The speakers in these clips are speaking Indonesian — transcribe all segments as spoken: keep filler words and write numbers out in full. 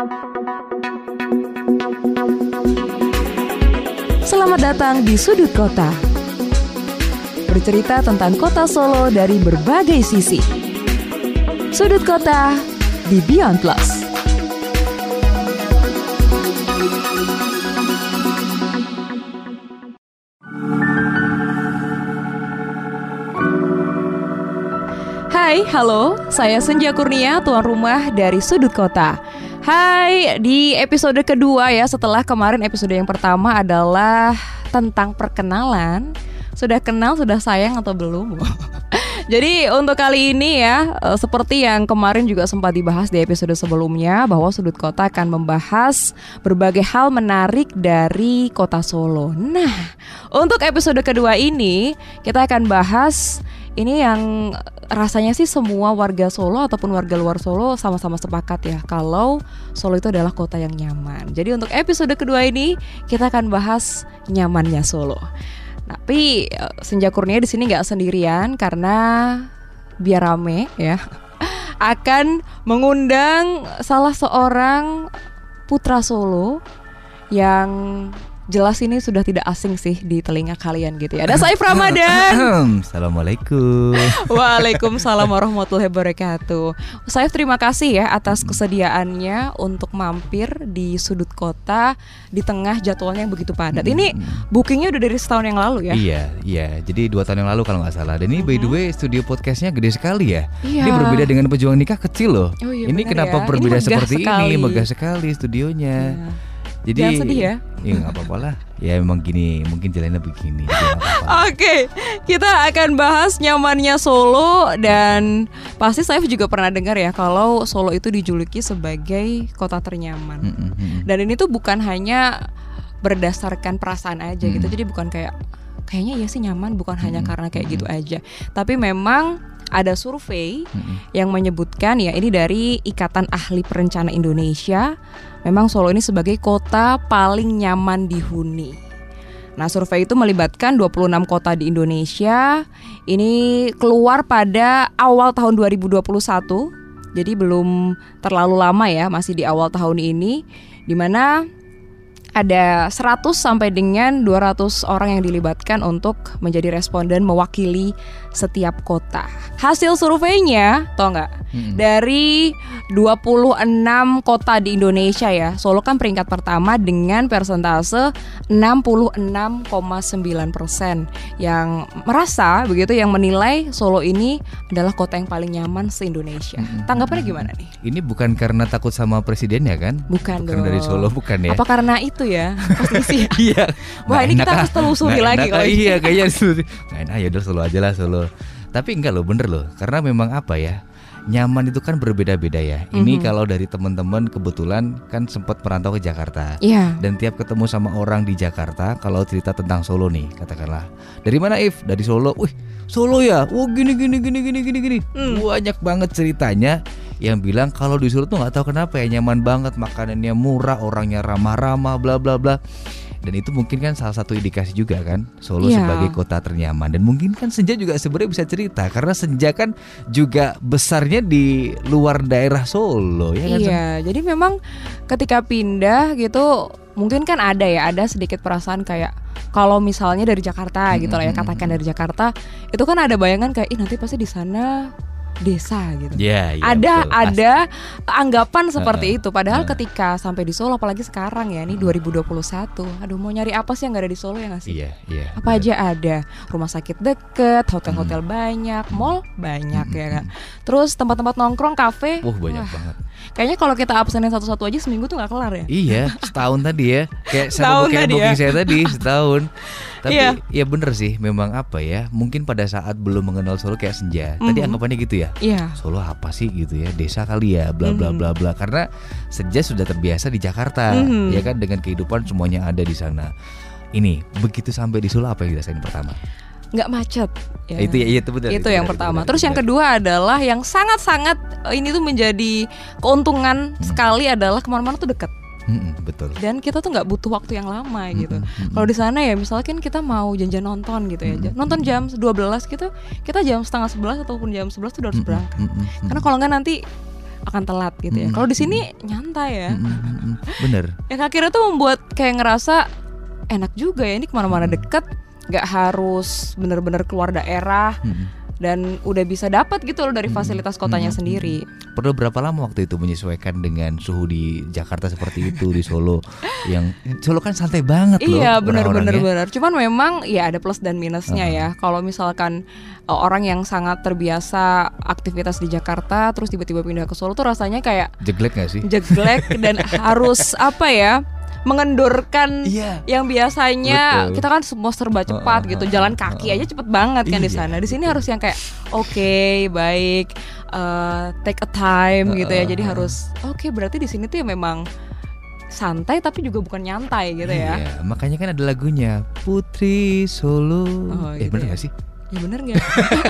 Selamat datang di Sudut Kota. Bercerita tentang kota Solo dari berbagai sisi. Sudut Kota di Beyond Plus. Hai, halo, saya Senja Kurnia, tuan rumah dari Sudut Kota. Hai, di episode kedua ya, setelah kemarin episode yang pertama adalah tentang perkenalan. Sudah kenal, sudah sayang atau belum? Jadi untuk kali ini ya, seperti yang kemarin juga sempat dibahas di episode sebelumnya, bahwa Sudut Kota akan membahas berbagai hal menarik dari kota Solo. Nah, untuk episode kedua ini kita akan bahas ini yang rasanya sih semua warga Solo ataupun warga luar Solo sama-sama sepakat ya, kalau Solo itu adalah kota yang nyaman. Jadi untuk episode kedua ini kita akan bahas nyamannya Solo. Tapi Senja Kurnia di sini nggak sendirian, karena biar rame ya, akan mengundang salah seorang putra Solo yang jelas ini sudah tidak asing sih di telinga kalian gitu ya. Ada Saif Ramadan. Assalamualaikum. Waalaikumsalam warahmatullahi wabarakatuh. Saif, terima kasih ya atas kesediaannya untuk mampir di Sudut Kota di tengah jadwalnya yang begitu padat. Ini bookingnya udah dari setahun yang lalu ya? Iya, iya. Jadi dua tahun yang lalu kalau nggak salah. Dan ini by the way studio podcastnya gede sekali ya. Iya. Ini berbeda dengan Pejuang Nikah, kecil loh. Oh, iya, ini ya. kenapa berbeda ini seperti sekali. ini? Megah sekali studionya. Iya. Jadi, jangan sedih ya. Ya nggak apa-apa lah. Ya memang gini, mungkin jalannya begini. Oke, kita akan bahas nyamannya Solo. Dan pasti saya juga pernah dengar ya, kalau Solo itu dijuluki sebagai kota ternyaman. Mm-hmm. Dan ini tuh bukan hanya berdasarkan perasaan aja mm. gitu. Jadi bukan kayak kayaknya ya sih nyaman, bukan mm-hmm. hanya karena kayak gitu aja. Tapi memang ada survei mm-hmm. yang menyebutkan ya, ini dari Ikatan Ahli Perencana Indonesia, memang Solo ini sebagai kota paling nyaman dihuni. Nah, survei itu melibatkan dua puluh enam kota di Indonesia. Ini keluar pada awal tahun dua ribu dua puluh satu. Jadi belum terlalu lama ya, masih di awal tahun ini, di mana ada seratus sampai dengan dua ratus orang yang dilibatkan untuk menjadi responden mewakili setiap kota. Hasil surveinya, tau nggak? Hmm. Dari dua puluh enam kota di Indonesia ya, Solo kan peringkat pertama dengan persentase enam puluh enam koma sembilan persen yang merasa begitu, yang menilai Solo ini adalah kota yang paling nyaman se-Indonesia. Hmm. Tanggapannya gimana nih? Ini bukan karena takut sama presidennya kan? Bukan, bukan dong. Dari Solo bukan ya? Apa karena itu ya? Posisi. Iya. Wah, ini kita harus telusuri lagi kalau iya kayaknya ditelusuri. Nah, nah ya udah Solo aja lah Solo. Tapi enggak loh, bener loh. Karena memang apa ya? Nyaman itu kan berbeda-beda ya. Ini mm-hmm. kalau dari teman-teman kebetulan kan sempat merantau ke Jakarta. Iya. Dan tiap ketemu sama orang di Jakarta, kalau cerita tentang Solo nih, katakanlah, dari mana If? Dari Solo. Wih, Solo ya. Wah, gini gini gini gini gini gini. Mm. Banyak banget ceritanya yang bilang kalau di Solo tuh nggak tahu kenapa ya nyaman banget, makanannya murah, orangnya ramah-ramah, bla bla bla. Dan itu mungkin kan salah satu indikasi juga kan Solo yeah. sebagai kota ternyaman. Dan mungkin kan Senja juga sebenarnya bisa cerita, karena Senja kan juga besarnya di luar daerah Solo ya kan. Iya, jadi memang ketika pindah gitu mungkin kan ada ya, ada sedikit perasaan kayak kalau misalnya dari Jakarta mm-hmm. gitu lah ya, katakan dari Jakarta, itu kan ada bayangan kayak ih nanti pasti di sana desa gitu. Yeah, yeah, ada betul, ada anggapan seperti uh, itu. Padahal uh. ketika sampai di Solo, apalagi sekarang ya, ini dua ribu dua puluh satu. Aduh, mau nyari apa sih yang gak ada di Solo ya nggak sih? Iya, iya. Apa bener. Aja ada. Rumah sakit deket, hotel-hotel hmm. banyak, mall banyak hmm. ya kan. Terus tempat-tempat nongkrong, kafe. Wah, banyak wah. banget. Kayaknya kalau kita absenin satu-satu aja seminggu tuh gak kelar ya. Iya, setahun tadi ya. Kayak sama kayak booking ya. Saya tadi setahun. Tapi iya. ya bener sih, memang apa ya, mungkin pada saat belum mengenal Solo kayak Senja, mm-hmm. tadi anggapannya gitu ya. Iya. Solo apa sih gitu ya, desa kali ya, bla bla bla bla. Karena Senja sudah terbiasa di Jakarta, mm-hmm. ya kan, dengan kehidupan semuanya ada di sana. Ini begitu sampai di Solo, apa yang dirasain pertama? Nggak macet ya. Itu ya, itu benar. Itu, itu yang benar, pertama. itu Terus benar. Yang kedua adalah yang sangat-sangat ini tuh menjadi keuntungan hmm. sekali adalah kemana-mana tuh dekat. Hmm, betul. Dan kita tuh nggak butuh waktu yang lama gitu. Hmm, hmm, Kalau di sana ya, misalkan kita mau janjian nonton gitu ya, hmm, nonton jam dua belas gitu, kita jam setengah sebelas ataupun jam sebelas tuh udah harus berangkat. Hmm, hmm, hmm, Karena kalau nggak nanti akan telat gitu ya. Mm-mm. Kalau di sini nyantai ya. Mm-mm. Bener. Yang akhirnya tuh membuat kayak ngerasa enak juga ya, ini kemana-mana Mm. deket, nggak harus bener-bener keluar daerah. Mm-mm. Dan udah bisa dapat gitu loh dari fasilitas kotanya Mm-mm. sendiri. Perlu berapa lama waktu itu menyesuaikan dengan suhu di Jakarta seperti itu, di Solo? Yang Solo kan santai banget loh. Iya benar-benar orang-orangnya. benar. Cuman memang ya ada plus dan minusnya Uh-huh. ya. Kalau misalkan uh, orang yang sangat terbiasa aktivitas di Jakarta terus tiba-tiba pindah ke Solo tuh rasanya kayak Jeglek gak sih? jeglek dan harus apa ya? Mengendurkan Iya. yang biasanya Betul. kita kan semua serba cepat Uh-uh, gitu, jalan kaki uh-uh. aja cepet banget kan di Iya, sana. Di sini betul. harus yang kayak oke baik, uh, take a time gitu ya. Jadi Uh-uh. harus oke berarti di sini tuh ya memang santai tapi juga bukan nyantai gitu ya. Iya, makanya kan ada lagunya Putri Solo. Oh, eh gitu bener ya. gak sih? Ya bener gak?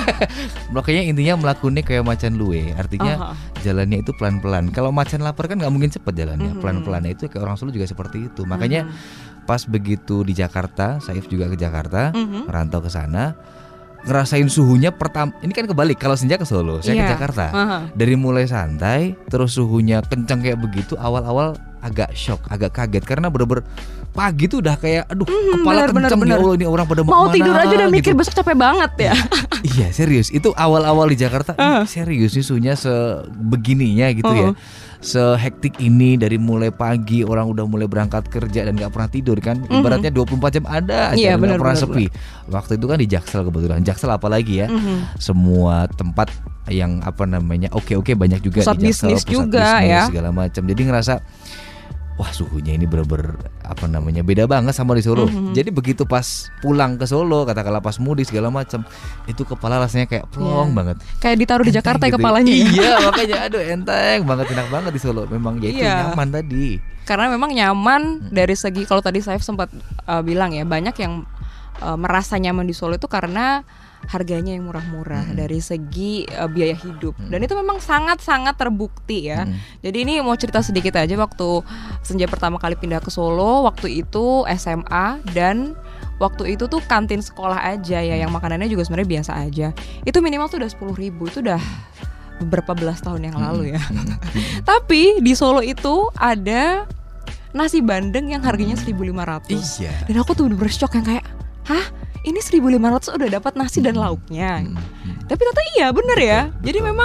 Makanya intinya melakukannya kayak macan luwe. Artinya Aha. jalannya itu pelan-pelan. Kalau macan lapar kan nggak mungkin cepet jalannya. Mhm. Pelan-pelan itu kayak orang Solo juga seperti itu. Makanya Mhm. pas begitu di Jakarta, Saif juga ke Jakarta, Mhm. merantau ke sana, ngerasain suhunya pertama. Ini kan kebalik. Kalau Senja ke Solo, saya Iya. ke Jakarta. Aha. Dari mulai santai, terus suhunya kencang kayak begitu. Awal-awal agak shock, agak kaget karena bener-bener pagi tuh udah kayak, aduh Mhm, kepala bener, kencang bener, ya bener. Allah, ini orang pada Mau kemana, tidur aja udah mikir gitu. besok capek banget ya. Iya serius, itu awal-awal di Jakarta Uh. ih, serius nih suhunya sebegininya gitu ya. Uh-uh. Sehektik ini dari mulai pagi orang udah mulai berangkat kerja dan gak pernah tidur kan. Ibaratnya dua puluh empat jam ada aja, Iya, dan benar, gak pernah benar, sepi. Waktu itu kan di Jaksel kebetulan. Jaksel apalagi ya. Mhm. Semua tempat yang apa namanya oke-oke banyak juga Pusat di Jaksel, bisnis juga bisnis, ya. segala macam. Jadi ngerasa wah suhunya ini bener-bener apa namanya beda banget sama di Solo. Mhm. Jadi begitu pas pulang ke Solo, katakanlah pas mudik segala macam, itu kepala rasanya kayak plong Iya. banget. Kayak ditaruh di Enteng Jakarta ya gitu. kepalanya ya. Iya makanya aduh enteng banget, enak banget di Solo. Memang ya itu Iya. nyaman tadi. Karena memang nyaman dari segi, kalau tadi Saif sempat uh, bilang ya, banyak yang uh, merasa nyaman di Solo itu karena harganya yang murah-murah Mm-mm. dari segi uh, biaya hidup. Mm-mm. Dan itu memang sangat-sangat terbukti ya. Mm. Jadi ini mau cerita sedikit aja, waktu Senja pertama kali pindah ke Solo, waktu itu S M A, dan waktu itu tuh kantin sekolah aja ya, yang makanannya juga sebenarnya biasa aja. Itu minimal tuh udah sepuluh ribu, itu udah beberapa belas tahun yang lalu ya. Mm-mm. Mm-mm. Tapi di Solo itu ada nasi bandeng yang harganya seribu lima ratus. Iya. Dan aku tuh bener-bener shock yang kayak, hah? Ini seribu lima ratus udah dapat nasi dan lauknya. Mm-mm. Mm. Tapi ternyata iya bener ya. Betul, Jadi betul. memang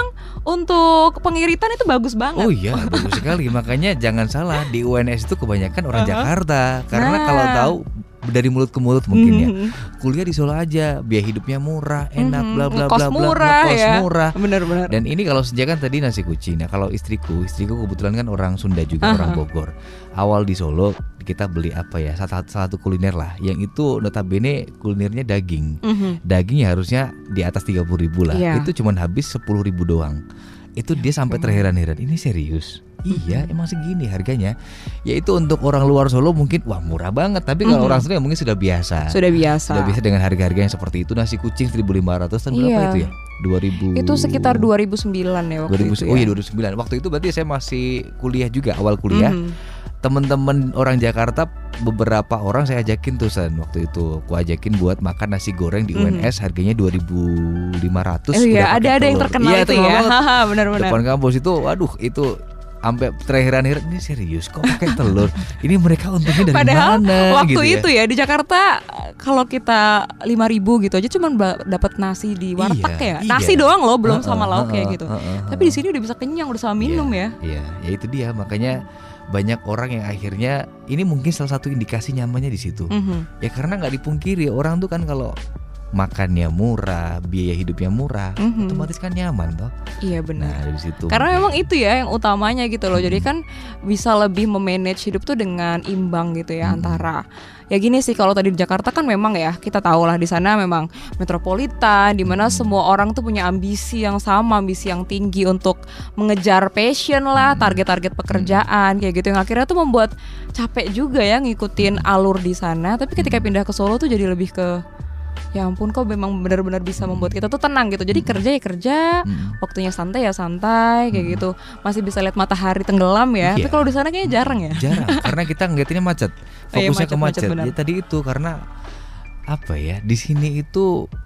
untuk pengiritan itu bagus banget. Oh iya bagus sekali. Makanya jangan salah, di U N S itu kebanyakan orang Uh-huh. Jakarta. Karena Nah. kalau tahu dari mulut ke mulut mungkin ya, Mhm. kuliah di Solo aja, biaya hidupnya murah, enak, Mhm. bla bla Ngekos bla bla, murah ngekos ya. murah. Bener-bener. Dan ini kalau Senja kan tadi nasi kucing. Nah kalau istriku, istriku kebetulan kan orang Sunda juga, Aha. orang Bogor. Awal di Solo kita beli apa ya, salah salah satu kuliner lah, yang itu notabene kulinernya daging. Mhm. Dagingnya harusnya di atas tiga puluh ribu lah. Iya. Itu cuman habis sepuluh ribu doang. Itu dia sampai terheran-heran, ini serius? Iya emang segini harganya. Yaitu untuk orang luar Solo mungkin wah murah banget. Tapi kalau Mhm. orang Solo ya mungkin sudah biasa. Sudah biasa. Sudah biasa dengan harga-harga yang seperti itu. Nasi kucing seribu lima ratus tahun berapa Iya. itu ya? dua ribu. Itu sekitar dua ribu sembilan ya waktu dua ribu, itu oh ya. iya dua ribu sembilan. Waktu itu berarti saya masih kuliah juga, awal kuliah. Mhm. Temen-temen orang Jakarta beberapa orang saya ajakin tuh San. Waktu itu aku ajakin buat makan nasi goreng di U N S, harganya dua ribu lima ratus. Oh iya, udah pakai ada ada yang telur. terkenal Iya, itu terkenal ya. banget. Haha, benar-benar. Depan kampus itu, waduh itu sampai terheran-heran, ini serius kok pakai telur. Ini mereka untungnya dari Padahal mana? waktu gitu ya. itu ya di Jakarta kalau kita lima ribu gitu aja cuman ba- dapat nasi di warteg Iya, ya. iya. Nasi doang loh, belum Heeh, sama lauk kayak heeh, gitu. heeh, heeh. Tapi di sini udah bisa kenyang, udah sama minum Iya, ya. Iya, ya itu dia makanya banyak orang yang akhirnya ini mungkin salah satu indikasi nyamannya di situ. Mhm. Ya karena nggak dipungkiri orang tuh kan kalau makannya murah, biaya hidupnya murah, Mhm. otomatis kan nyaman toh. Iya benar. Nah dari situ. Karena mungkin. memang itu ya yang utamanya gitu loh. Jadi Mhm. kan bisa lebih memanage hidup tuh dengan imbang gitu ya, Mhm. antara ya gini sih, kalau tadi di Jakarta kan memang ya kita tahu lah di sana memang metropolitan, di mana Mhm. semua orang tuh punya ambisi yang sama, ambisi yang tinggi untuk mengejar passion lah, Mhm. target-target pekerjaan kayak gitu, yang akhirnya tuh membuat capek juga ya ngikutin alur di sana. Tapi ketika Mhm. pindah ke Solo tuh jadi lebih ke ya ampun kok memang benar-benar bisa membuat kita tuh tenang gitu. Jadi Mhm. kerja ya kerja, Mhm. waktunya santai ya santai kayak Hmm. gitu, masih bisa lihat matahari tenggelam ya. Iya. Tapi kalau di sana kayaknya jarang ya. Jarang karena kita ngeliatinnya macet, Oh iya, fokusnya macet, ke macet, macet. benar. Ya tadi itu karena apa ya, di sini itu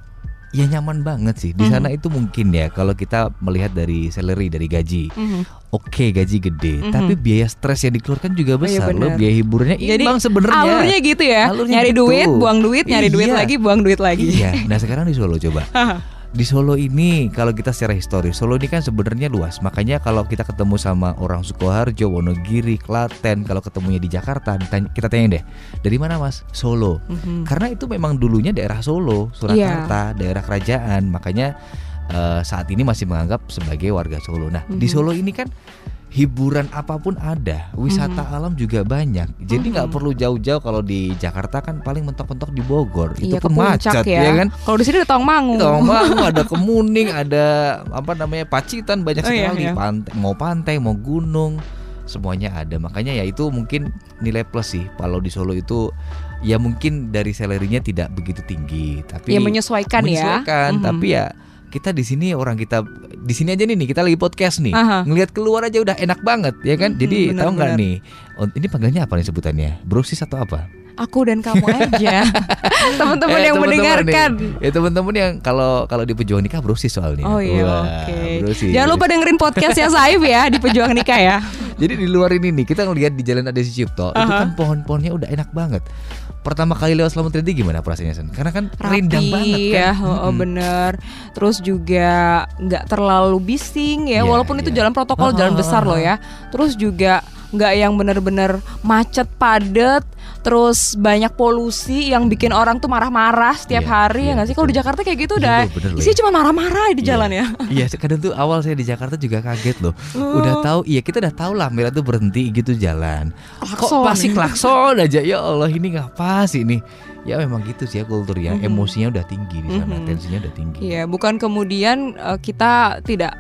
ya nyaman banget sih di sana. Mm-hmm. Itu mungkin ya kalau kita melihat dari salary, dari gaji. Mm-hmm. Oke, gaji gede, mm-hmm. tapi biaya stres yang dikeluarkan juga besar. Oh, iya, loh, biaya hiburannya imbang sebenarnya. Alurnya gitu ya. Alurnya nyari gitu. Duit, buang duit, nyari iya. duit lagi, buang duit lagi. Iya. Nah, sekarang di Solo coba. Di Solo ini kalau kita secara historis, Solo ini kan sebenarnya luas. Makanya kalau kita ketemu sama orang Sukoharjo, Wonogiri, Klaten, kalau ketemunya di Jakarta, kita tanya deh, dari mana Mas? Solo. Mm-hmm. Karena itu memang dulunya daerah Solo, Surakarta, yeah. daerah kerajaan. Makanya uh, saat ini masih menganggap sebagai warga Solo. Nah, mm-hmm. di Solo ini kan hiburan apapun ada, wisata mm-hmm. alam juga banyak. Jadi nggak mm-hmm. perlu jauh-jauh. Kalau di Jakarta kan paling mentok-mentok di Bogor, iya, itu pun macet ya, ya kan. Kalau di sini ada Tawangmangu, Tawangmangu ada Kemuning, ada apa namanya Pacitan, banyak oh, sekali. Iya, iya. Pantai, mau pantai, mau gunung, semuanya ada. Makanya ya itu mungkin nilai plus sih. Kalau di Solo itu ya mungkin dari salary-nya tidak begitu tinggi, tapi ya menyesuaikan, menyesuaikan ya. Tapi ya kita di sini orang kita di sini aja nih, nih kita lagi podcast nih, aha. ngelihat keluar aja udah enak banget ya kan. Mm-hmm, Jadi tahu nggak nih, oh, ini panggilannya apa nih sebutannya? Brosis atau apa? Aku dan kamu aja. Teman-teman eh, yang temen-temen mendengarkan. Nih. Ya teman-teman yang kalau kalau di Pejuang Nikah brosis soalnya. Oh iya, oke. Okay. Jangan lupa dengerin podcastnya Saif ya di Pejuang Nikah ya. Jadi di luar ini nih kita ngelihat di Jalan Ade Sucipto, uh-huh. itu kan pohon-pohonnya udah enak banget. Pertama kali lewat Slamet Riyadi gimana perasaannya Sen? Karena kan rapi, rindang banget kan. Ya, oh, hmm. bener. Terus juga nggak terlalu bising ya, yeah, walaupun yeah. itu jalan protokol, oh, jalan besar loh ya. Terus juga nggak yang bener-bener macet padat. Terus banyak polusi yang bikin orang tuh marah-marah setiap yeah, hari yeah, ya nggak sih? Kalau di Jakarta kayak gitu udah isinya cuma marah-marah di yeah. jalan ya. Iya, kadang tuh awal saya di Jakarta juga kaget loh. Uh. Udah tahu, iya kita udah tahu lah merah tuh berhenti gitu jalan. Klakson. Kok pasti klakson aja, ya Allah ini ngapa sih ini? Ya memang gitu sih ya kulturnya, mm-hmm. emosinya udah tinggi di sana, mm-hmm. tensinya udah tinggi. Iya, bukan kemudian uh, kita tidak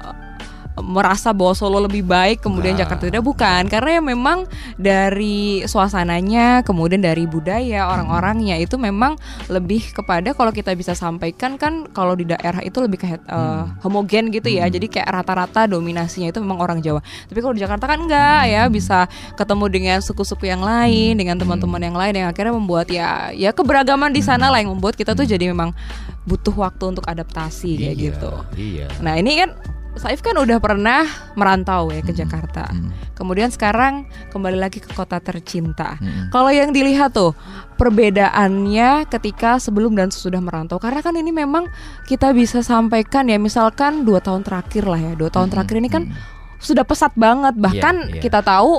merasa bahwa Solo lebih baik kemudian nah. Jakarta tidak, bukan, karena ya memang dari suasananya kemudian dari budaya orang-orangnya itu memang lebih kepada kalau kita bisa sampaikan kan kalau di daerah itu lebih kayak uh, hmm. homogen gitu ya, hmm. jadi kayak rata-rata dominasinya itu memang orang Jawa. Tapi kalau di Jakarta kan enggak ya, bisa ketemu dengan suku-suku yang lain, dengan teman-teman yang lain yang akhirnya membuat ya ya keberagaman di sana lah yang membuat kita tuh jadi memang butuh waktu untuk adaptasi kayak iya, gitu. Iya. Nah ini kan Saif kan udah pernah merantau ya ke Jakarta. Mm-hmm. Kemudian sekarang kembali lagi ke kota tercinta. Mm-hmm. Kalau yang dilihat tuh perbedaannya ketika sebelum dan sesudah merantau. Karena kan ini memang kita bisa sampaikan ya, misalkan dua tahun terakhir lah ya. Dua tahun mm-hmm. terakhir ini kan mm-hmm. sudah pesat banget. Bahkan yeah, yeah. kita tahu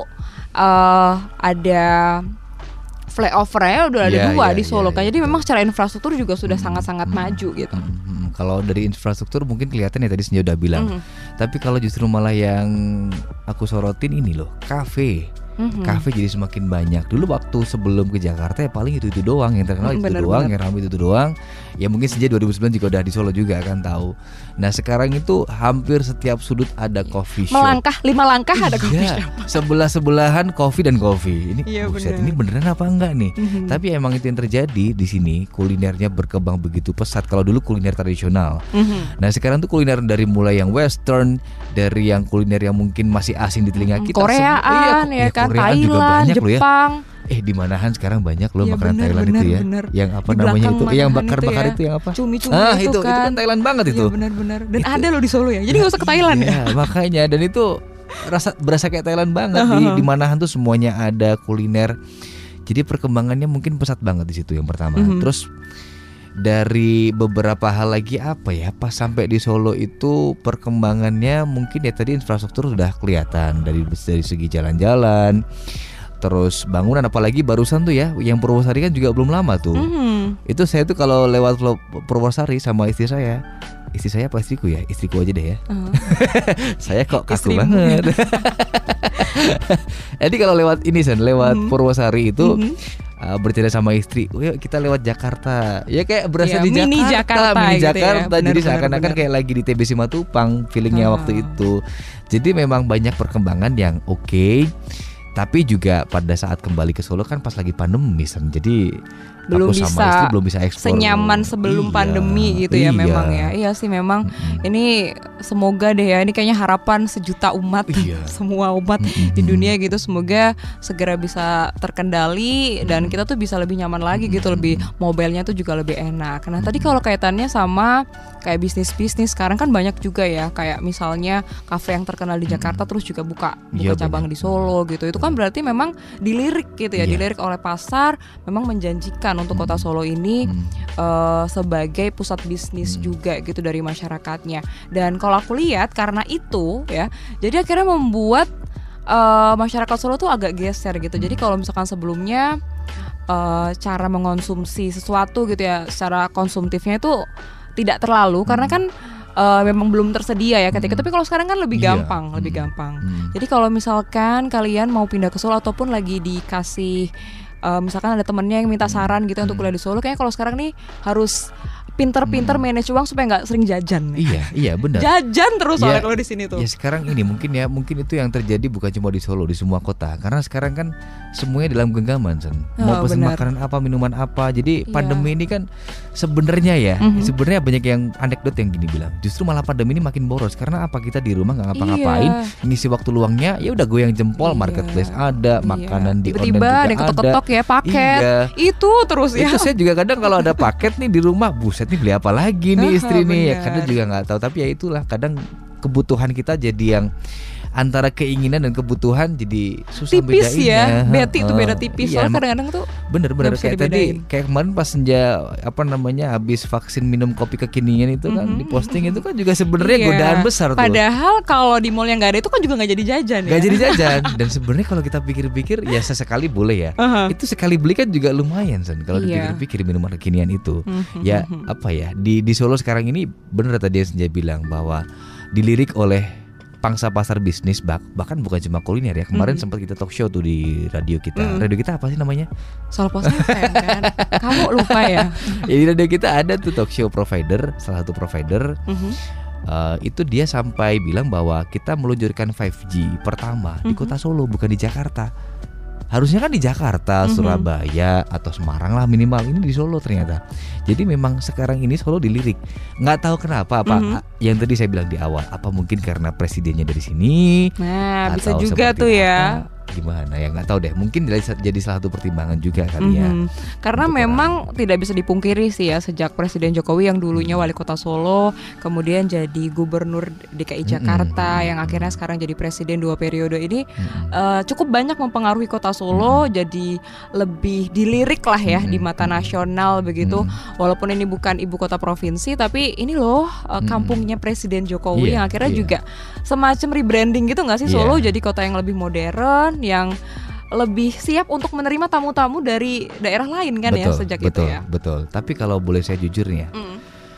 uh, ada flyover-nya udah ada yeah, dua yeah, di Solo yeah, kan. Jadi yeah. memang secara infrastruktur juga sudah mm-hmm. sangat-sangat mm-hmm. maju gitu. Mm-hmm. Kalau dari infrastruktur mungkin kelihatan ya tadi Senja udah bilang. Mm-hmm. Tapi kalau justru malah yang aku sorotin ini loh, kafe. Mm-hmm. Kafe jadi semakin banyak. Dulu waktu sebelum ke Jakarta ya paling itu-itu doang, yang terkenal itu doang, yang ramai itu doang. Ya mungkin sejak dua ribu sembilan juga udah di Solo juga kan tahu. Nah sekarang itu hampir setiap sudut ada coffee shop. Melangkah lima langkah ada coffee iya, shop. Sebelah-sebelahan coffee dan coffee. Ini iya, buset, ini beneran apa enggak nih? Mm-hmm. Tapi emang itu yang terjadi di sini. Kulinernya berkembang begitu pesat. Kalau dulu kuliner tradisional. Mm-hmm. Nah sekarang tuh kuliner dari mulai yang western, dari yang kuliner yang mungkin masih asing di telinga kita. Koreaan iya, ya kan, Koreaan Thailand, Jepang. Ya. Eh di Manahan sekarang banyak loh ya, makanan bener, Thailand bener, itu ya. Bener. Yang apa di namanya itu? Yang bakar-bakar itu, ya. itu yang apa? Cumi-cumi ah, itu, itu kan. Itu kan Thailand banget itu. Iya benar-benar. Dan itu. ada loh di Solo ya. Jadi nggak usah ke Thailand ya. Ya makanya, dan itu rasa berasa kayak Thailand banget. Di, di Manahan tuh semuanya ada kuliner. Jadi perkembangannya mungkin pesat banget di situ yang pertama. Mm-hmm. Terus dari beberapa hal lagi apa ya, pas sampai di Solo itu perkembangannya mungkin ya tadi infrastruktur sudah kelihatan dari dari segi jalan-jalan, terus bangunan, apalagi barusan tuh ya yang Purwosari kan juga belum lama tuh. Mm-hmm. Itu saya tuh kalau lewat Purwosari sama istri saya, istri saya apa istriku ya, istriku aja deh ya. Uh-huh. Saya kok kaku banget. Jadi kalau lewat ini Sen, lewat mm-hmm. Purwosari itu mm-hmm. Uh, bercanda sama istri, oh, yuk kita lewat Jakarta. Ya kayak berasa ya, di mini Jakarta, Jakarta mini gitu Jakarta. ya. Bener, jadi bener, seakan-akan bener. kayak lagi di T B C Matupang feelingnya oh. waktu itu. Jadi memang banyak perkembangan yang oke. Okay. Tapi juga pada saat kembali ke Solo kan pas lagi pandemi, San. Jadi belum aku sama bisa istri belum bisa ekspor senyaman sebelum iya, pandemi gitu ya iya. memang ya. Iya sih memang Mm-mm. ini semoga deh ya, ini kayaknya harapan sejuta umat Iya. semua umat Mm-mm. di dunia gitu, semoga segera bisa terkendali dan Mm. kita tuh bisa lebih nyaman lagi gitu, lebih mobilnya tuh juga lebih enak. Nah tadi kalau kaitannya sama kayak bisnis-bisnis sekarang kan banyak juga ya, kayak misalnya kafe yang terkenal di Jakarta terus juga buka buka Iya, cabang banyak. di Solo gitu. Itu kan berarti memang dilirik gitu ya, Iya. dilirik oleh pasar, memang menjanjikan untuk kota Solo ini Hmm. uh, sebagai pusat bisnis Hmm. juga gitu dari masyarakatnya. Dan kalau aku lihat karena itu ya, jadi akhirnya membuat uh, masyarakat Solo tuh agak geser gitu. Jadi kalau misalkan sebelumnya uh, cara mengonsumsi sesuatu gitu ya, secara konsumtifnya itu tidak terlalu karena kan uh, memang belum tersedia ya ketika. Hmm. Tapi kalau sekarang kan lebih Iya. gampang, lebih Hmm. gampang. Hmm. Jadi kalau misalkan kalian mau pindah ke Solo ataupun lagi dikasih uh, misalkan ada temennya yang minta saran gitu untuk kuliah di Solo, kayaknya kalau sekarang nih harus pinter-pinter manage uang supaya nggak sering jajan. Iya, iya benar. Jajan terus Ya, soalnya kalau di sini tuh. Ya sekarang ini mungkin ya, mungkin itu yang terjadi bukan cuma di Solo, di semua kota. Karena sekarang kan semuanya dalam genggaman, Sen. Mau Oh, pesen benar. makanan apa, minuman apa. Jadi Iya. pandemi ini kan sebenarnya ya, Mhm. sebenarnya banyak yang anekdot yang gini bilang. Justru malah pandemi ini makin boros karena apa, kita di rumah nggak ngapa-ngapain, Iya. ngisi waktu luangnya ya udah goyang jempol, Iya. marketplace ada, Iya. makanan di Tiba-tiba online ada yang juga ada. ketok-ketok ya paket. Iya. Itu terus ya. Itu saya juga kadang kalau ada paket nih di rumah, buset nih beli apa lagi nih Ah, istri nih ya, benar. kadang juga nggak tahu. Tapi ya itulah, kadang kebutuhan kita jadi yang antara keinginan dan kebutuhan jadi susah Tipis bedainnya. ya. Betty itu Heeh. beda tipis. Iya, Soalnya emang kadang-kadang tuh bener-bener nggak bisa kayak tadi, dibedain. kayak kemarin pas senja apa namanya habis vaksin minum kopi kekinian itu kan Mhm. diposting, itu kan juga sebenarnya Iya. godaan besar tuh. Padahal kalau di mall yang nggak ada itu kan juga nggak jadi jajan ya. Gak jadi jajan. Dan sebenarnya kalau kita pikir-pikir ya sesekali boleh ya. Aha. Itu sekali beli kan juga lumayan, San. Kalau Iya. dipikir-pikir minuman kekinian itu. Mhm. Ya apa ya, di di Solo sekarang ini bener tadi yang Senja bilang bahwa dilirik oleh pangsa pasar bisnis, bah- bahkan bukan cuma kuliner ya. Kemarin Mhm. sempat kita talk show tuh di radio kita. Mhm. Radio kita apa sih namanya? Soal pos F M kan. Kamu lupa ya. Ya, di radio kita ada tuh talk show provider, salah satu provider. Mhm. Uh, itu dia sampai bilang bahwa kita meluncurkan lima G pertama di Mhm. kota Solo, bukan di Jakarta. Harusnya kan di Jakarta, Mhm. Surabaya atau Semarang lah minimal. Ini di Solo ternyata. Jadi memang sekarang ini Solo dilirik. Nggak tahu kenapa apa Mhm. yang tadi saya bilang di awal. Apa mungkin karena presidennya dari sini? Nah, bisa atau juga seperti tuh ya. apa? Gimana ya, nggak tahu deh. Mungkin jadi, jadi salah satu pertimbangan juga kali ya. Mhm. Karena Untuk memang tidak bisa dipungkiri sih ya, sejak Presiden Jokowi yang dulunya wali kota Solo, kemudian jadi gubernur D K I Jakarta, Mhm. yang akhirnya sekarang jadi presiden dua periode ini, Mhm. eh, cukup banyak mempengaruhi kota Solo, jadi lebih dilirik lah ya Mhm. di mata nasional begitu. Mhm. Walaupun ini bukan ibu kota provinsi, tapi ini loh eh, Mhm. kampungnya Presiden Jokowi Iya, yang akhirnya iya. juga semacam rebranding gitu nggak sih Iya. Solo jadi kota yang lebih modern, yang lebih siap untuk menerima tamu-tamu dari daerah lain kan ya Betul, sejak betul, itu ya. betul. Tapi kalau boleh saya jujur nih ya, Mm.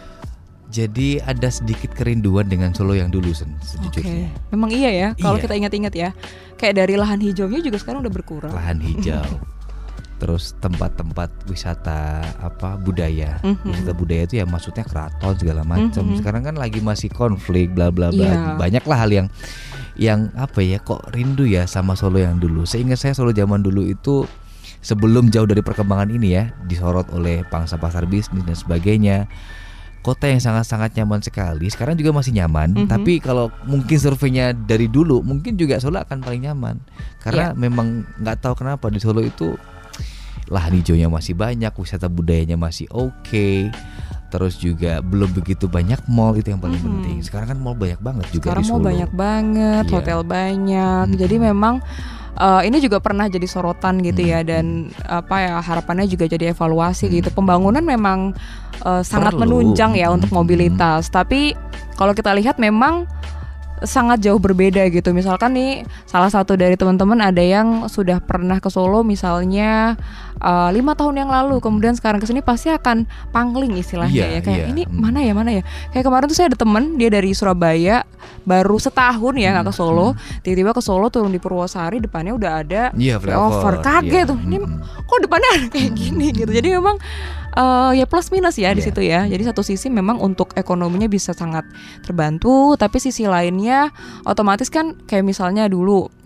jadi ada sedikit kerinduan dengan Solo yang dulu, Sen, Oke, sejujurnya. memang iya ya. Kalau Iya. kita ingat-ingat ya, kayak dari lahan hijaunya juga sekarang udah berkurang. Lahan hijau, terus tempat-tempat wisata apa budaya, Mhm. wisata budaya itu ya maksudnya keraton segala macam. Mhm. Sekarang kan lagi masih konflik, bla bla bla. Iya. Banyak lah hal yang yang apa ya, kok rindu ya sama Solo yang dulu. Seingat saya Solo zaman dulu itu sebelum jauh dari perkembangan ini ya, disorot oleh pangsa pasar bisnis dan sebagainya. Kota yang sangat-sangat nyaman sekali. Sekarang juga masih nyaman, Mhm. tapi kalau mungkin surveinya dari dulu, mungkin juga Solo akan paling nyaman. Karena Iya. memang nggak tahu kenapa di Solo itu lahan hijaunya masih banyak, wisata budayanya masih oke. Terus juga belum begitu banyak mall, itu yang paling Mhm. penting. Sekarang kan mall banyak banget juga Sekarang di mau Solo. banyak banget, Iya. hotel banyak. Mhm. Jadi memang eh, ini juga pernah jadi sorotan gitu ya, Mhm. dan apa ya, harapannya juga jadi evaluasi Mhm. gitu. Pembangunan memang eh, sangat Perlu. menunjang ya untuk Mhm. mobilitas. Tapi kalau kita lihat memang sangat jauh berbeda gitu. Misalkan nih salah satu dari teman-teman ada yang sudah pernah ke Solo misalnya uh, lima tahun yang lalu, kemudian sekarang kesini pasti akan pangling istilahnya Iya, ya, kayak iya. ini Hmm. mana ya mana ya. Kayak kemarin tuh saya ada temen, dia dari Surabaya baru setahun ya nggak ke Solo, tiba-tiba ke Solo turun di Purwosari, depannya udah ada Iya, flyover. Kaget tuh, ini Mhm. kok depannya ada kayak gini gitu. Jadi memang uh, ya plus minus ya di Iya. situ ya. Jadi satu sisi memang untuk ekonominya bisa sangat terbantu, tapi sisi lainnya otomatis kan kayak misalnya dulu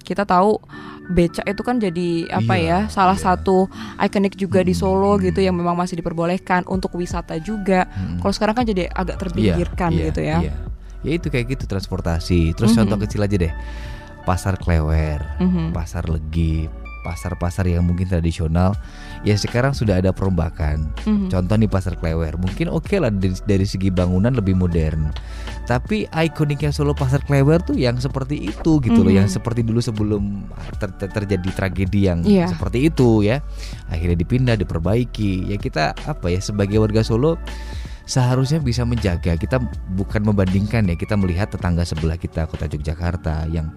kita tahu becak itu kan jadi apa Iya, ya salah iya. satu ikonik juga di Solo Hmm. gitu yang memang masih diperbolehkan untuk wisata juga. Hmm. Kalau sekarang kan jadi agak terpinggirkan Iya, gitu ya. Iya. Ya itu kayak gitu transportasi. Terus Mhm. contoh kecil aja deh. Pasar Klewer, Mhm. Pasar Legi, pasar-pasar yang mungkin tradisional ya sekarang sudah ada perombakan. Mhm. Contoh nih Pasar Klewer, mungkin oke lah dari, dari segi bangunan lebih modern. Tapi ikoniknya Solo Pasar Klewer tuh yang seperti itu gitu loh, Mhm. yang seperti dulu sebelum ter- ter- terjadi tragedi yang Iya. seperti itu ya. Akhirnya dipindah, diperbaiki. Ya kita apa ya sebagai warga Solo seharusnya bisa menjaga. Kita bukan membandingkan ya, kita melihat tetangga sebelah kita Kota Yogyakarta yang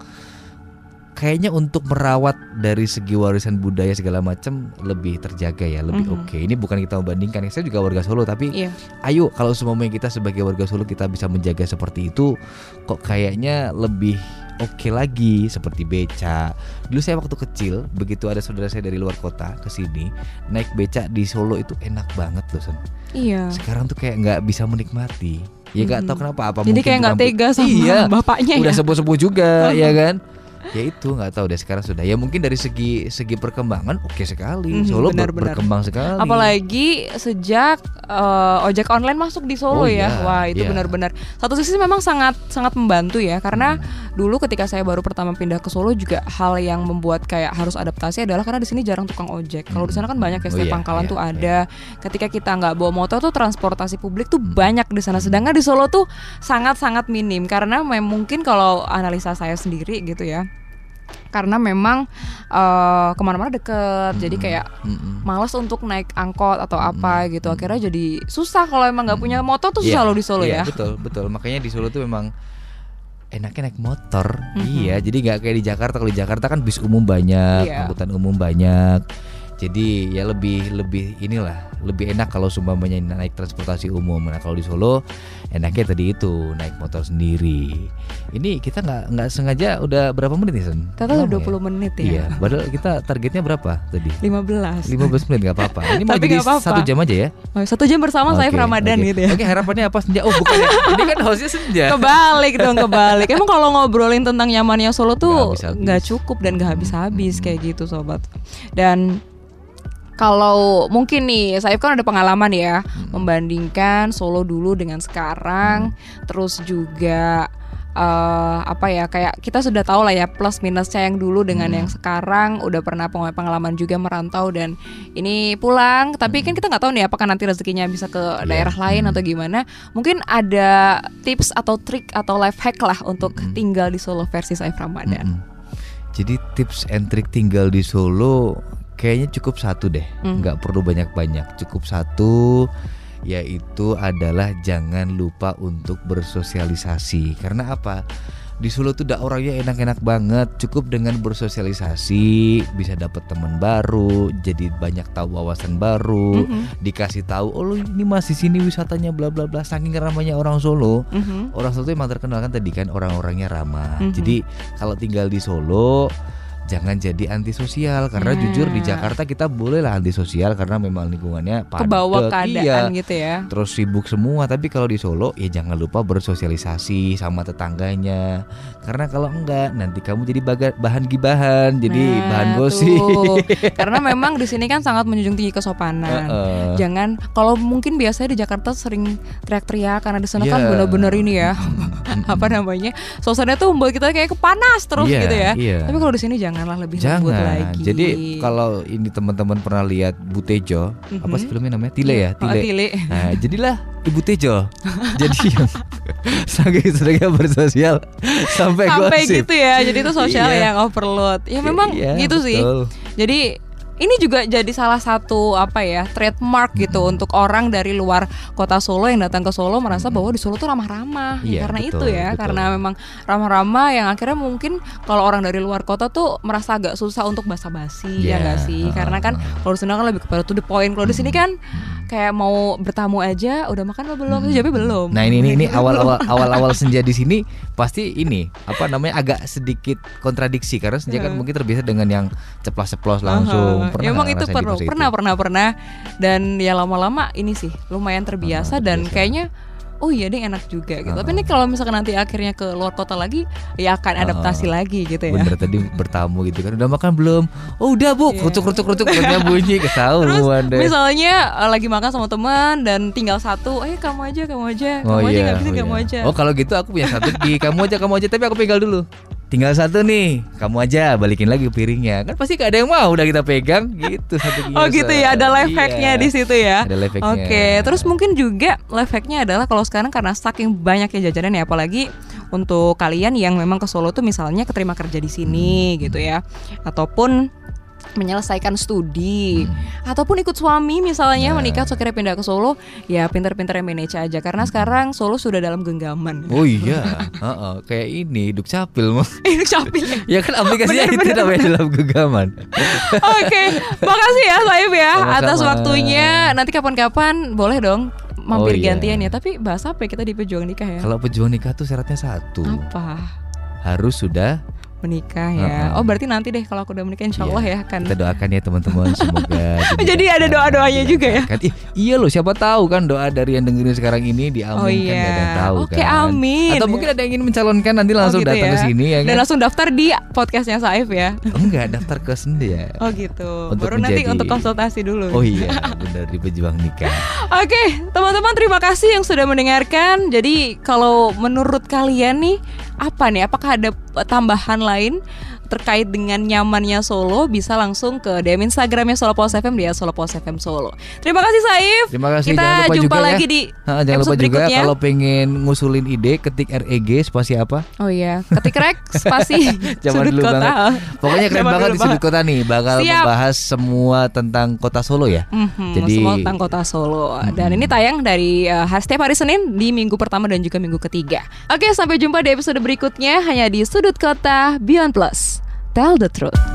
kayaknya untuk merawat dari segi warisan budaya segala macam lebih terjaga ya, lebih Mhm. oke. Ini bukan kita membandingkan. Saya juga warga Solo tapi Iya. ayo kalau semuanya kita sebagai warga Solo kita bisa menjaga seperti itu, kok kayaknya lebih oke lagi seperti beca. Dulu saya waktu kecil begitu ada saudara saya dari luar kota ke sini naik beca di Solo itu enak banget loh Son. Iya. Sekarang tuh kayak nggak bisa menikmati. Ya nggak Mhm. tahu kenapa apa Jadi mungkin kayak nggak rambut- tega sama Iya, bapaknya udah ya. sepuh-sepuh juga ya kan. Ya itu nggak tahu deh sekarang sudah. Ya mungkin dari segi segi perkembangan oke sekali. Mhm, Solo ber- benar-benar. berkembang sekali. Apalagi sejak eh, ojek online masuk di Solo Oh, ya. iya, Wah, itu iya. benar-benar satu sisi memang sangat sangat membantu ya karena Hmm. dulu ketika saya baru pertama pindah ke Solo juga hal yang membuat kayak harus adaptasi adalah karena di sini jarang tukang ojek. Kalau di sana kan banyak ya, Oh, setiap iya, pangkalan iya, tuh ada. Ketika kita nggak bawa motor tuh transportasi publik tuh banyak di sana. Hmm. Sedangkan di Solo tuh sangat-sangat minim karena mem- mungkin kalau analisa saya sendiri gitu ya. Karena memang eh, kemana-mana deket, jadi kayak Mm-mm. malas untuk naik angkot atau apa Mm-mm. gitu. Akhirnya jadi susah kalau emang nggak punya motor tuh susah Iya, loh di Solo iya, ya. Betul, betul. Makanya di Solo tuh memang enaknya naik motor. Mhm. Iya, jadi nggak kayak di Jakarta. Kalau di Jakarta kan bis umum banyak, Iya. angkutan umum banyak. Jadi ya lebih lebih inilah lebih enak kalau sumpamanya naik transportasi umum. Nah kalau di Solo enaknya tadi itu naik motor sendiri. Ini kita nggak nggak sengaja udah berapa menit nih Sen? Ternyata udah Lama dua ya? puluh menit ya. Iya, padahal kita targetnya berapa tadi? lima belas. lima belas menit nggak apa-apa. Ini mau Tapi jadi nggak apa-apa. satu jam aja ya. Oh, satu jam bersama saya Oke, Ramadan oke. gitu ya. Oke, harapannya apa Senja? Oh bukan ya. Ini kan hostnya Senja. Kebalik dong, kebalik. Emang kalau ngobrolin tentang nyamannya Solo tuh Nggak habis-habis. nggak cukup dan nggak Hmm, habis-habis hmm, kayak gitu sobat. Dan kalau mungkin nih, saya kan ada pengalaman ya Hmm. membandingkan Solo dulu dengan sekarang, terus juga eh, apa ya kayak kita sudah tahu lah ya plus minusnya yang dulu dengan Hmm. yang sekarang. Udah pernah peng- pengalaman juga merantau dan ini pulang. Tapi kan kita nggak tahu nih apakah nanti rezekinya bisa ke Iya. daerah lain Hmm. atau gimana. Mungkin ada tips atau trik atau life hack lah untuk Hmm. tinggal di Solo versi Saif Ramadan. Mm-mm. Jadi tips and trick tinggal di Solo kayaknya cukup satu deh, Hmm. nggak perlu banyak-banyak, cukup satu, yaitu adalah jangan lupa untuk bersosialisasi. Karena apa? Di Solo tuh udah orangnya enak-enak banget, cukup dengan bersosialisasi bisa dapat teman baru, jadi banyak tahu wawasan baru, Mhm. dikasih tahu, oh lu ini masih sini wisatanya bla bla bla. Saking ramahnya orang Solo. Mhm. Orang Solo tuh emang terkenal kan tadi kan orang-orangnya ramah. Mhm. Jadi kalau tinggal di Solo jangan jadi antisosial karena Nah. jujur di Jakarta kita boleh lah antisosial karena memang lingkungannya padat. Kebawa keadaan Iya. gitu ya. Terus sibuk semua, tapi kalau di Solo ya jangan lupa bersosialisasi sama tetangganya. Karena kalau enggak nanti kamu jadi baga- bahan gibahan, jadi Nah, bahan gosip. tuh. Karena memang di sini kan sangat menjunjung tinggi kesopanan. Heeh. Jangan kalau mungkin biasanya di Jakarta sering teriak-teriak karena di sana kan Iya. benar-benar ini ya. apa namanya? Suasana tuh membuat kita kayak kepanas terus Iya, gitu ya. iya. Tapi kalau di sini janganlah lebih lembut Jangan. lagi. Jadi kalau ini teman-teman pernah lihat Bu Tejo, Mhm. apa sih filmnya namanya? Tile ya, Oh, Tile. Nah, jadilah Ibu Tejo. Jadi yang saking seringnya bersosial sampai, Sampai gosip. gitu ya. Jadi itu sosial Iya. yang overload. Ya memang Iya, gitu sih. betul. Jadi ini juga jadi salah satu apa ya trademark gitu Mm-mm. untuk orang dari luar kota Solo yang datang ke Solo merasa bahwa di Solo tuh ramah-ramah. Iya, Karena betul, itu ya, betul. karena memang ramah-ramah yang akhirnya mungkin kalau orang dari luar kota tuh merasa agak susah untuk basa-basi ya Iya, nggak sih? heeh, Karena kan heeh. kalau di sana kan lebih kepada to the point. Kalau di sini kan kayak mau bertamu aja, udah makan apa belum? Terus jawabnya belum. Nah ini ini, ini awal-awal awal-awal senja di sini pasti ini apa namanya agak sedikit kontradiksi karena senja kan Heeh. mungkin terbiasa dengan yang ceplos-ceplos langsung. Aha. Pernah Ya, emang nggak itu ngerasain perlu di fase pernah itu? pernah pernah dan ya lama-lama ini sih lumayan terbiasa Aha, dan terbiasa. kayaknya oh iya deh enak juga gitu. Uh-uh. Tapi ini kalau misalkan nanti akhirnya ke luar kota lagi, ya akan adaptasi uh-uh. lagi gitu ya. Bener, tadi bertamu gitu kan, udah makan belum? Oh udah bu, kerucuk-kerucuk-kerucuk perutnya bunyi, ketahuan deh. Misalnya lagi makan sama teman dan tinggal satu, eh kamu aja, kamu aja, kamu oh, aja iya, nggak bisa, oh, kamu iya. aja. Oh kalau gitu aku punya satu lagi, kamu aja, kamu aja, tapi aku pegang dulu. Tinggal satu nih, kamu aja balikin lagi piringnya. Kan pasti gak ada yang mau udah kita pegang gitu satu Oh gitu ya, ada life hacknya iya. di situ ya. Ada life hacknya. Oke, terus mungkin juga life hacknya adalah kalau sekarang karena saking banyaknya jajanan ya, apalagi untuk kalian yang memang ke Solo tuh misalnya keterima kerja di sini gitu ya, ataupun menyelesaikan studi hmm. ataupun ikut suami misalnya nah. menikah terus akhirnya pindah ke Solo, ya pinter-pinter manage aja karena sekarang Solo sudah dalam genggaman. Oh iya, uh-uh. kayak ini Dukcapil mah. Dukcapil ya. Ya kan aplikasinya bener, itu bener, namanya bener. Dalam genggaman. Oke, okay. makasih ya Saif ya sama-sama. Atas waktunya. Nanti kapan-kapan boleh dong mampir oh, iya. gantian ya. Tapi bahas apa ya kita di pejuang nikah ya? Kalau pejuang nikah tuh syaratnya satu. Apa? Harus sudah menikah ya. Uh-uh. Oh berarti nanti deh kalau aku udah menikah insya Allah yeah. ya kan. Kita doakan ya teman-teman semoga. Jadi ada doa-doanya juga ya. Kan, iya loh, siapa tahu kan doa dari yang dengerin sekarang ini diaminkan. Oh iya. Gak ada yang tahu Oke, kan. amin. Atau mungkin ada yang ingin mencalonkan nanti langsung oh, gitu datang ya. ke sini ya. Dan kan? Langsung daftar di podcastnya Saif ya. Enggak, daftar ke Sendi ya. Oh gitu. Untuk Baru menjadi... nanti untuk konsultasi dulu. Oh iya, benar di pejuang nikah. Oke, teman-teman terima kasih yang sudah mendengarkan. Jadi kalau menurut kalian nih apa nih? Apakah ada tambahan lain terkait dengan nyamannya Solo, bisa langsung ke D M Instagramnya Solo Pos F M dia Solo Pos F M Solo. Terima kasih Saif. Terima kasih. Kita jangan lupa jumpa juga lagi ya. di ha, jangan lupa juga berikutnya. Kalau pengen ngusulin ide ketik R E G spasi apa? Oh iya, ketik rek spasi sudut kota. Banget. Pokoknya keren banget di sudut kota nih. Bakal Siap. membahas semua tentang kota Solo ya. Mm-hmm, Jadi semua tentang kota Solo. Mm-hmm. Dan ini tayang dari uh, setiap hari Senin di minggu pertama dan juga minggu ketiga. Oke, sampai jumpa di episode berikutnya hanya di Sudut Kota Beyond Plus. Tell the truth.